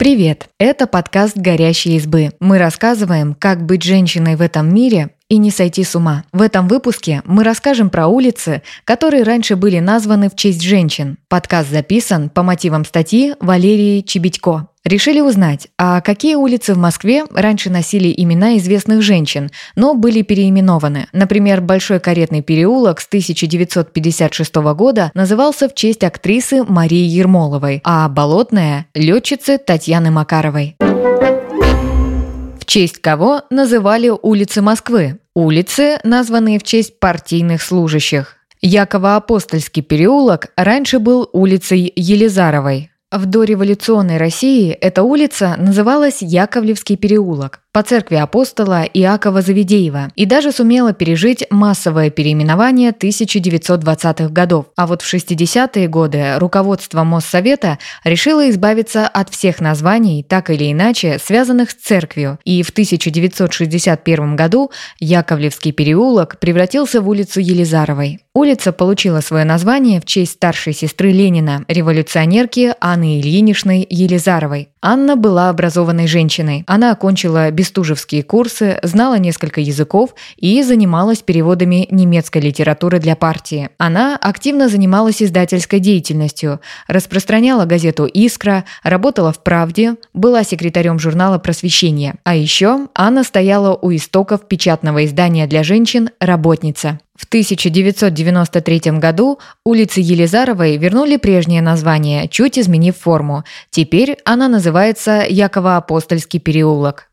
Привет! Это подкаст «Горящие избы». Мы рассказываем, как быть женщиной в этом мире и не сойти с ума. В этом выпуске мы расскажем про улицы, которые раньше были названы в честь женщин. Подкаст записан по мотивам статьи Валерии Чебедько. Решили узнать, а какие улицы в Москве раньше носили имена известных женщин, но были переименованы. Например, Большой Каретный переулок с 1956 года назывался в честь актрисы Марии Ермоловой, а Болотная – летчицы Татьяны Макаровой. В честь кого называли улицы Москвы? Улицы, названные в честь партийных служащих. Яково-Апостольский переулок раньше был улицей Елизаровой. В дореволюционной России эта улица называлась Яковлевский переулок по церкви апостола Иакова Завидеева и даже сумела пережить массовое переименование 1920-х годов. А вот в 60-е годы руководство Моссовета решило избавиться от всех названий, так или иначе связанных с церковью, и в 1961 году Яковлевский переулок превратился в улицу Елизаровой. Улица получила свое название в честь старшей сестры Ленина, революционерки Анны Ильиничны Елизаровой. Анна была образованной женщиной. Она окончила бестужевские курсы, знала несколько языков и занималась переводами немецкой литературы для партии. Она активно занималась издательской деятельностью, распространяла газету «Искра», работала в «Правде», была секретарем журнала «Просвещение». А еще Анна стояла у истоков печатного издания для женщин «Работница». В 1993 году улице Елизаровой вернули прежнее название, чуть изменив форму. Теперь она называется Яково-Апостольский переулок.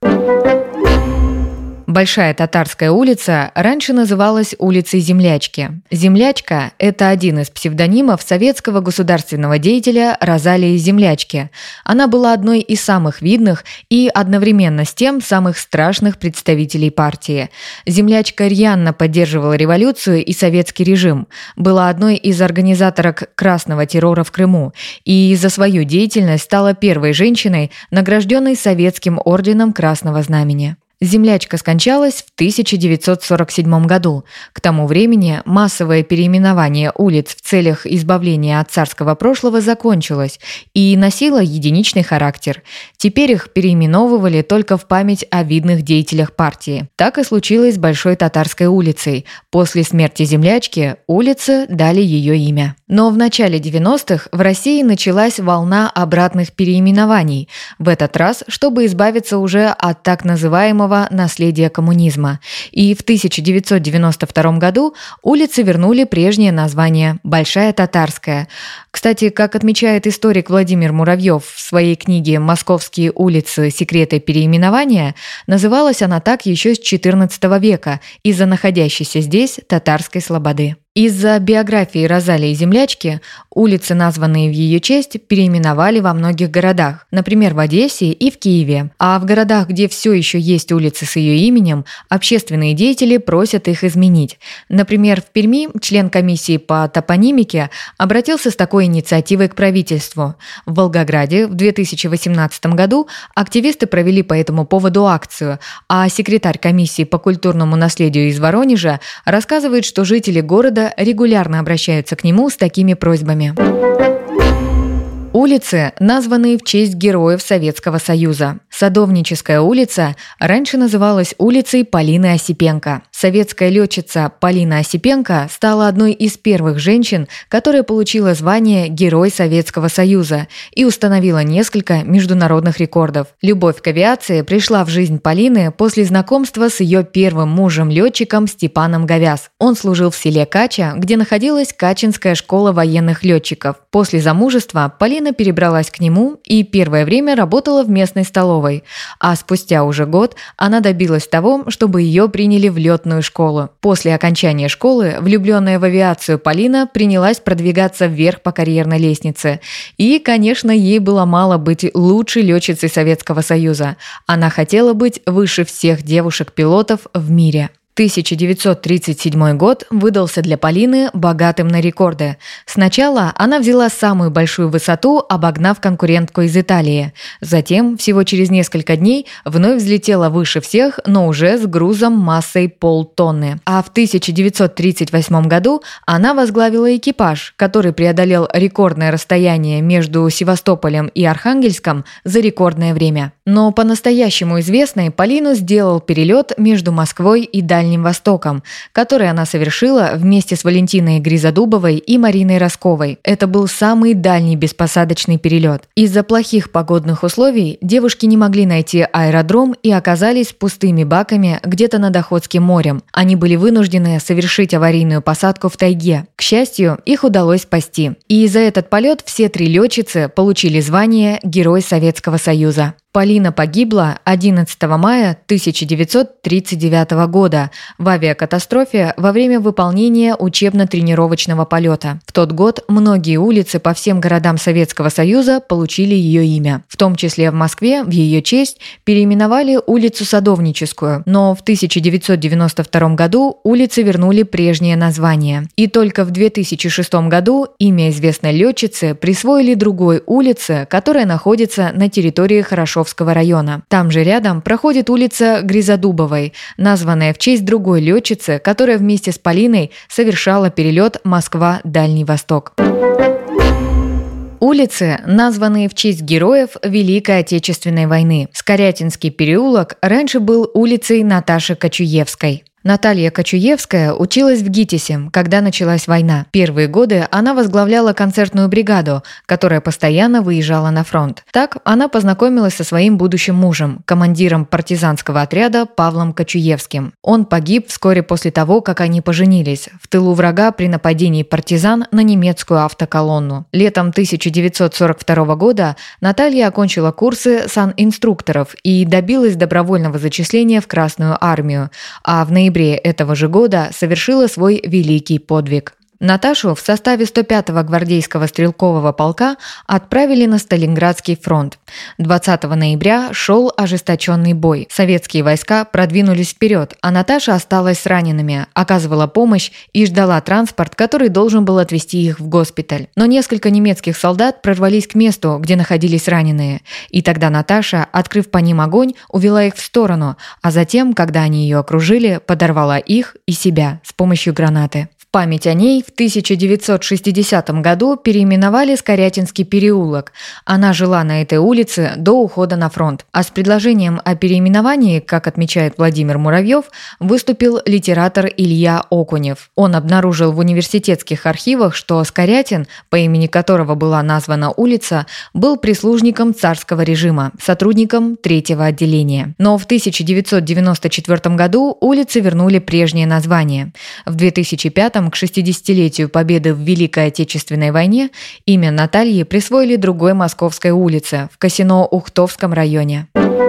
Большая Татарская улица раньше называлась улицей Землячки. Землячка – это один из псевдонимов советского государственного деятеля Розалии Землячки. Она была одной из самых видных и одновременно с тем самых страшных представителей партии. Землячка рьяно поддерживала революцию и советский режим, была одной из организаторок красного террора в Крыму и за свою деятельность стала первой женщиной, награжденной Советским орденом Красного Знамени. Землячка скончалась в 1947 году. К тому времени массовое переименование улиц в целях избавления от царского прошлого закончилось и носило единичный характер. Теперь их переименовывали только в память о видных деятелях партии. Так и случилось с Большой Татарской улицей. После смерти Землячки улице дали ее имя. Но в начале 90-х в России началась волна обратных переименований. В этот раз, чтобы избавиться уже от так называемого наследия коммунизма. И в 1992 году улицы вернули прежнее название – Большая Татарская. Кстати, как отмечает историк Владимир Муравьев в своей книге «Московские улицы. Секреты переименования», называлась она так еще с XIV века из-за находящейся здесь татарской слободы. Из-за биографии Розалии Землячки улицы, названные в ее честь, переименовали во многих городах, например, в Одессе и в Киеве. А в городах, где все еще есть улицы с ее именем, общественные деятели просят их изменить. Например, в Перми член комиссии по топонимике обратился с такой инициативой к правительству. В Волгограде в 2018 году активисты провели по этому поводу акцию, а секретарь комиссии по культурному наследию из Воронежа рассказывает, что жители города регулярно обращаются к нему с такими просьбами. Улицы, названные в честь героев Советского Союза. Садовническая улица раньше называлась улицей Полины Осипенко. Советская летчица Полина Осипенко стала одной из первых женщин, которая получила звание Герой Советского Союза и установила несколько международных рекордов. Любовь к авиации пришла в жизнь Полины после знакомства с ее первым мужем-летчиком Степаном Говяз. Он служил в селе Кача, где находилась Качинская школа военных летчиков. После замужества Полина перебралась к нему и первое время работала в местной столовой, а спустя уже год она добилась того, чтобы ее приняли в летную школу. После окончания школы влюбленная в авиацию Полина принялась продвигаться вверх по карьерной лестнице. И, конечно, ей было мало быть лучшей летчицей Советского Союза. Она хотела быть выше всех девушек-пилотов в мире. 1937 год выдался для Полины богатым на рекорды. Сначала она взяла самую большую высоту, обогнав конкурентку из Италии. Затем, всего через несколько дней, вновь взлетела выше всех, но уже с грузом массой полтонны. А в 1938 году она возглавила экипаж, который преодолел рекордное расстояние между Севастополем и Архангельском за рекордное время. Но по-настоящему известной Полину сделал перелет между Москвой и Дальним Востоком, который она совершила вместе с Валентиной Гризодубовой и Мариной Росковой. Это был самый дальний беспосадочный перелет. Из-за плохих погодных условий девушки не могли найти аэродром и оказались пустыми баками где-то над Охотским морем. Они были вынуждены совершить аварийную посадку в тайге. К счастью, их удалось спасти. И за этот полет все 3 летчицы получили звание Герой Советского Союза. Полина погибла 11 мая 1939 года в авиакатастрофе во время выполнения учебно-тренировочного полета. В тот год многие улицы по всем городам Советского Союза получили ее имя. В том числе в Москве в ее честь переименовали улицу Садовническую, но в 1992 году улицы вернули прежнее название. И только в 2006 году имя известной летчицы присвоили другой улице, которая находится на территории Хорошевского района. Там же рядом проходит улица Гризодубовой, названная в честь другой летчицы, которая вместе с Полиной совершала перелет Москва-Дальний Восток. Улицы, названные в честь героев Великой Отечественной войны. Скорятинский переулок раньше был улицей Наташи Кочуевской. Наталья Кочуевская училась в ГИТИСе, когда началась война. Первые годы она возглавляла концертную бригаду, которая постоянно выезжала на фронт. Так она познакомилась со своим будущим мужем, командиром партизанского отряда Павлом Кочуевским. Он погиб вскоре после того, как они поженились, в тылу врага при нападении партизан на немецкую автоколонну. Летом 1942 года Наталья окончила курсы санинструкторов и добилась добровольного зачисления в Красную армию, а в ноябре этого же года совершила свой великий подвиг. Наташу в составе 105-го гвардейского стрелкового полка отправили на Сталинградский фронт. 20 ноября шел ожесточенный бой. Советские войска продвинулись вперед, а Наташа осталась с ранеными, оказывала помощь и ждала транспорт, который должен был отвезти их в госпиталь. Но несколько немецких солдат прорвались к месту, где находились раненые. И тогда Наташа, открыв по ним огонь, увела их в сторону, а затем, когда они ее окружили, подорвала их и себя с помощью гранаты. В память о ней в 1960 году переименовали Скорятинский переулок. Она жила на этой улице до ухода на фронт. А с предложением о переименовании, как отмечает Владимир Муравьев, выступил литератор Илья Окунев. Он обнаружил в университетских архивах, что Скорятин, по имени которого была названа улица, был прислужником царского режима, сотрудником 3-го отделения. Но в 1994 году улице вернули прежнее название. В 2005 к 60-летию победы в Великой Отечественной войне имя Натальи присвоили другой московской улице в Косино-Ухтовском районе.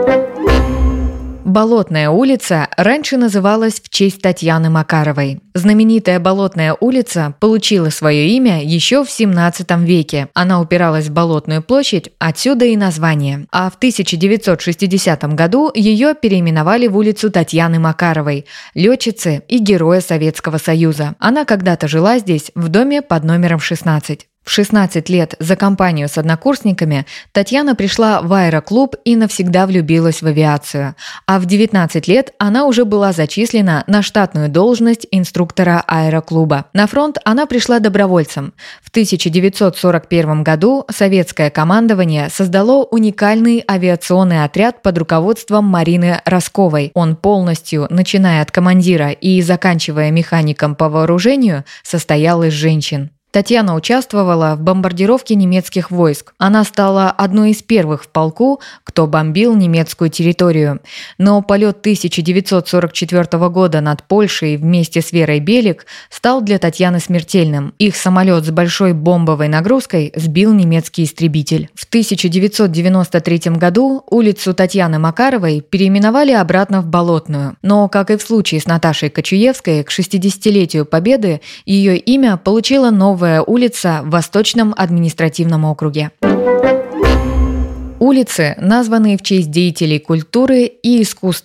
Болотная улица раньше называлась в честь Татьяны Макаровой. Знаменитая Болотная улица получила свое имя еще в 17 веке. Она упиралась в Болотную площадь, отсюда и название. А в 1960 году ее переименовали в улицу Татьяны Макаровой, летчицы и героя Советского Союза. Она когда-то жила здесь, в доме под номером 16. В 16 лет за компанию с однокурсниками Татьяна пришла в аэроклуб и навсегда влюбилась в авиацию. А в 19 лет она уже была зачислена на штатную должность инструктора аэроклуба. На фронт она пришла добровольцем. В 1941 году советское командование создало уникальный авиационный отряд под руководством Марины Росковой. Он полностью, начиная от командира и заканчивая механиком по вооружению, состоял из женщин. Татьяна участвовала в бомбардировке немецких войск. Она стала одной из первых в полку, кто бомбил немецкую территорию. Но полет 1944 года над Польшей вместе с Верой Белик стал для Татьяны смертельным. Их самолет с большой бомбовой нагрузкой сбил немецкий истребитель. В 1993 году улицу Татьяны Макаровой переименовали обратно в Болотную. Но, как и в случае с Наташей Кочуевской, к 60-летию Победы ее имя получила новая улица в Восточном административном округе. Улицы, названные в честь деятелей культуры и искусства.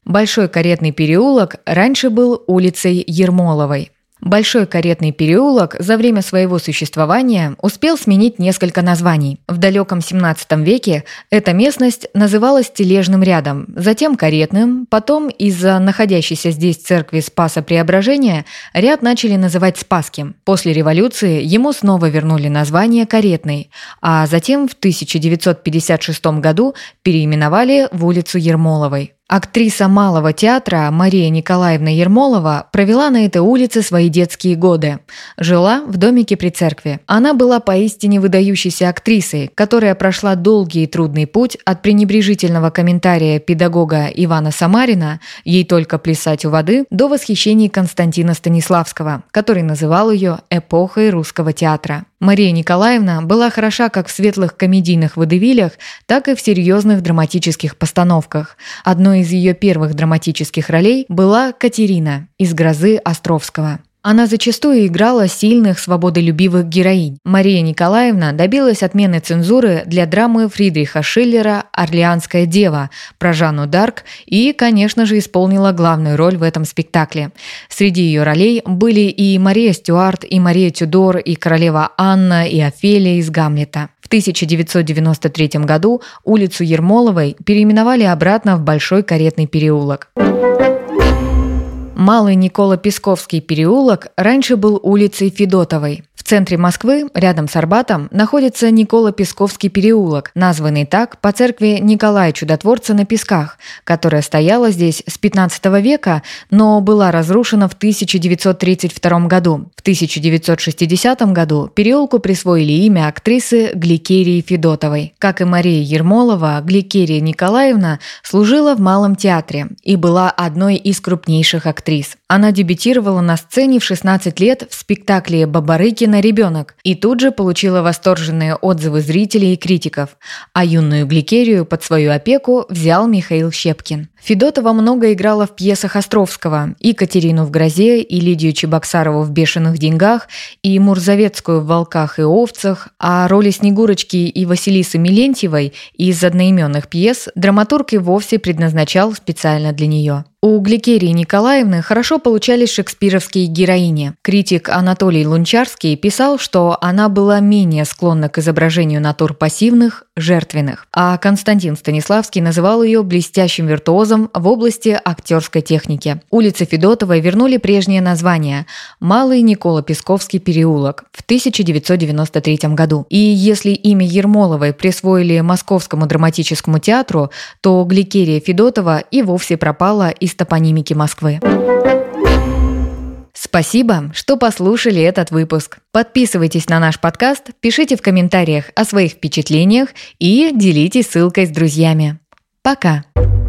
Большой Каретный переулок раньше был улицей Ермоловой. Большой Каретный переулок за время своего существования успел сменить несколько названий. В далеком XVII веке эта местность называлась Тележным рядом, затем Каретным, потом из-за находящейся здесь церкви Спаса Преображения ряд начали называть Спасским. После революции ему снова вернули название Каретный, а затем в 1956 году переименовали в улицу Ермоловой. Актриса Малого театра Мария Николаевна Ермолова провела на этой улице свои детские годы. Жила в домике при церкви. Она была поистине выдающейся актрисой, которая прошла долгий и трудный путь от пренебрежительного комментария педагога Ивана Самарина «Ей только плясать у воды» до восхищений Константина Станиславского, который называл ее эпохой русского театра. Мария Николаевна была хороша как в светлых комедийных водевилях, так и в серьезных драматических постановках. Одной из ее первых драматических ролей была Катерина из «Грозы» Островского. Она зачастую играла сильных, свободолюбивых героинь. Мария Николаевна добилась отмены цензуры для драмы Фридриха Шиллера «Орлеанская дева» про Жанну д'Арк и, конечно же, исполнила главную роль в этом спектакле. Среди ее ролей были и Мария Стюарт, и Мария Тюдор, и королева Анна, и Офелия из «Гамлета». В 1993 году улицу Ермоловой переименовали обратно в Большой Каретный переулок. Малый Николо-Песковский переулок раньше был улицей Федотовой. В центре Москвы, рядом с Арбатом, находится Николо-Песковский переулок, названный так по церкви Николая Чудотворца на Песках, которая стояла здесь с 15 века, но была разрушена в 1932 году. В 1960 году переулку присвоили имя актрисы Гликерии Федотовой. Как и Мария Ермолова, Гликерия Николаевна служила в Малом театре и была одной из крупнейших актрис. Она дебютировала на сцене в 16 лет в спектакле «Бабарыкина ребенок» и тут же получила восторженные отзывы зрителей и критиков, а юную Гликерию под свою опеку взял Михаил Щепкин. Федотова много играла в пьесах Островского: и Катерину в «Грозе», и Лидию Чебоксарову в «Бешеных деньгах», и Мурзовецкую в «Волках и овцах», а роли Снегурочки и Василисы Милентьевой из одноименных пьес драматург и вовсе предназначал специально для нее. У Гликерии Николаевны хорошо получались шекспировские героини. Критик Анатолий Лунчарский писал, что она была менее склонна к изображению натур пассивных, жертвенных, а Константин Станиславский называл ее блестящим виртуозом в области актерской техники. Улице Федотовой вернули прежнее название – Малый Николо-Песковский переулок в 1993 году. И если имя Ермоловой присвоили Московскому драматическому театру, то Гликерия Федотова и вовсе пропала из топонимики Москвы. Спасибо, что послушали этот выпуск. Подписывайтесь на наш подкаст, пишите в комментариях о своих впечатлениях и делитесь ссылкой с друзьями. Пока!